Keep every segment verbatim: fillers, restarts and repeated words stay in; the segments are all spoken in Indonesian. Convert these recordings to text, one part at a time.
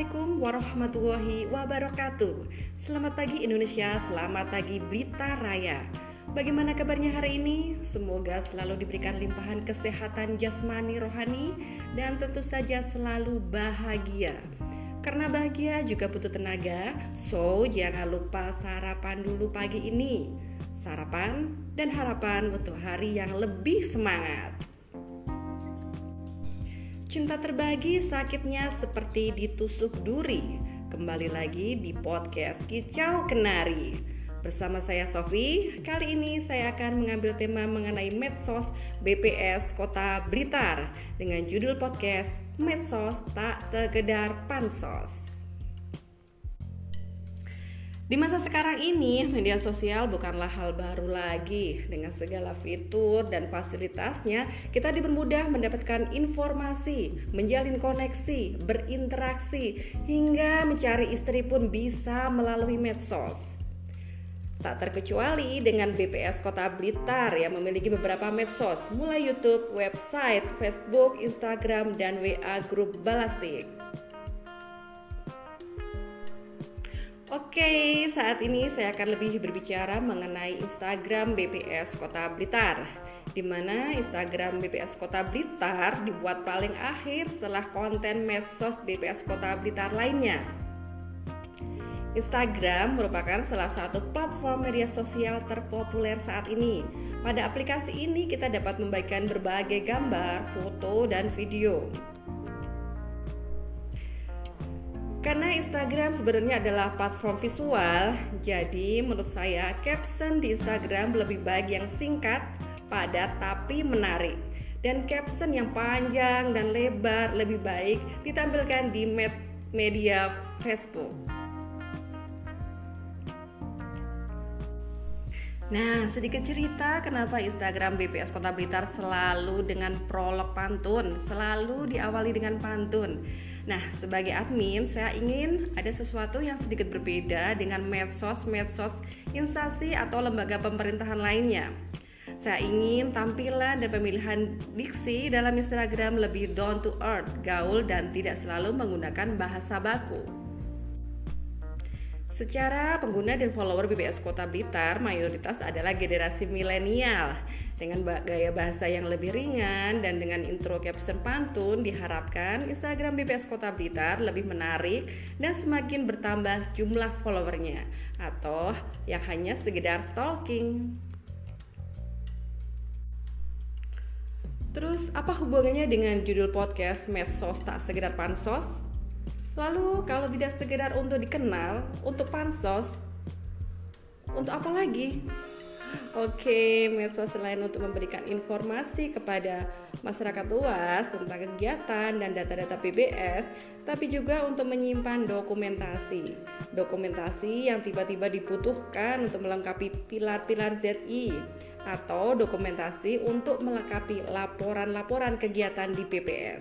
Assalamualaikum warahmatullahi wabarakatuh. Selamat pagi Indonesia, selamat pagi Blitar Raya. Bagaimana kabarnya hari ini? Semoga selalu diberikan limpahan kesehatan jasmani rohani dan tentu saja selalu bahagia. Karena bahagia juga butuh tenaga, so jangan lupa sarapan dulu pagi ini. Sarapan dan harapan untuk hari yang lebih semangat. Cinta terbagi, sakitnya seperti ditusuk duri. Kembali lagi di podcast Kicau Kenari. Bersama saya Sofi. Kali ini saya akan mengambil tema mengenai medsos B P S Kota Blitar dengan judul podcast Medsos Tak Sekedar Pansos. Di masa sekarang ini, media sosial bukanlah hal baru lagi. Dengan segala fitur dan fasilitasnya, kita dipermudah mendapatkan informasi, menjalin koneksi, berinteraksi, hingga mencari istri pun bisa melalui medsos. Tak terkecuali dengan B P S Kota Blitar yang memiliki beberapa medsos, mulai YouTube, website, Facebook, Instagram, dan W A grup Balastik. Oke, saat ini saya akan lebih berbicara mengenai Instagram B P S Kota Blitar, di mana Instagram B P S Kota Blitar dibuat paling akhir setelah konten medsos B P S Kota Blitar lainnya. Instagram merupakan salah satu platform media sosial terpopuler saat ini. Pada aplikasi ini kita dapat membagikan berbagai gambar, foto, dan video. Karena Instagram sebenarnya adalah platform visual, jadi menurut saya caption di Instagram lebih baik yang singkat, padat tapi menarik. Dan caption yang panjang dan lebar lebih baik ditampilkan di med- media Facebook. Nah, sedikit cerita kenapa Instagram B P S Kota Blitar selalu dengan prolog pantun, selalu diawali dengan pantun. Nah, sebagai admin, saya ingin ada sesuatu yang sedikit berbeda dengan medsos-medsos instansi atau lembaga pemerintahan lainnya. Saya ingin tampilan dan pemilihan diksi dalam Instagram lebih down to earth, gaul, dan tidak selalu menggunakan bahasa baku. Secara pengguna dan follower B P S Kota Blitar mayoritas adalah generasi milenial. Dengan gaya bahasa yang lebih ringan dan dengan intro caption pantun, diharapkan Instagram B P S Kota Blitar lebih menarik dan semakin bertambah jumlah followernya, atau yang hanya sekedar stalking. Terus apa hubungannya dengan judul podcast Medsos Tak Sekedar Pansos? Lalu kalau tidak sekedar untuk dikenal, untuk pansos, untuk apa lagi? Oke, medsos selain untuk memberikan informasi kepada masyarakat luas tentang kegiatan dan data-data B P S, tapi juga untuk menyimpan dokumentasi. Dokumentasi yang tiba-tiba dibutuhkan untuk melengkapi pilar-pilar Z I, atau dokumentasi untuk melengkapi laporan-laporan kegiatan di B P S.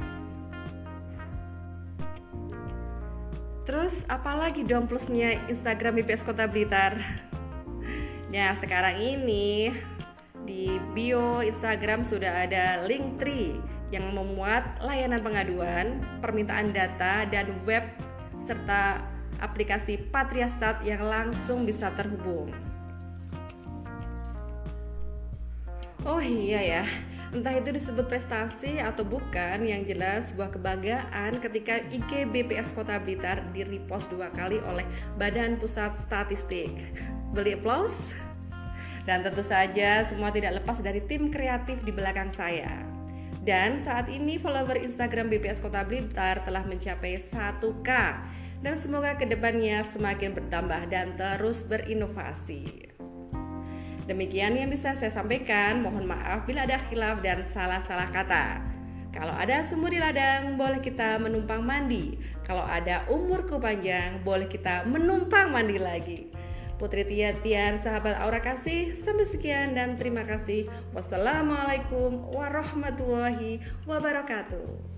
Terus apalagi dong plusnya Instagram B P S Kota Blitar? Nah, sekarang ini di bio Instagram sudah ada Linktree yang memuat layanan pengaduan, permintaan data, dan web serta aplikasi Patriastat yang langsung bisa terhubung. Oh iya ya, entah itu disebut prestasi atau bukan, yang jelas sebuah kebanggaan ketika I G B P S Kota Blitar di-repost dua kali oleh Badan Pusat Statistik. Beli aplaus? Dan tentu saja semua tidak lepas dari tim kreatif di belakang saya. Dan saat ini follower Instagram B P S Kota Blitar telah mencapai satu ribu dan semoga kedepannya semakin bertambah dan terus berinovasi. Demikian yang bisa saya sampaikan. Mohon maaf bila ada khilaf dan salah-salah kata. Kalau ada sumur di ladang, boleh kita menumpang mandi. Kalau ada umurku panjang, boleh kita menumpang mandi lagi. Putri Tian-Tian, sahabat Aura Kasih, sampai sekian dan terima kasih. Wassalamualaikum warahmatullahi wabarakatuh.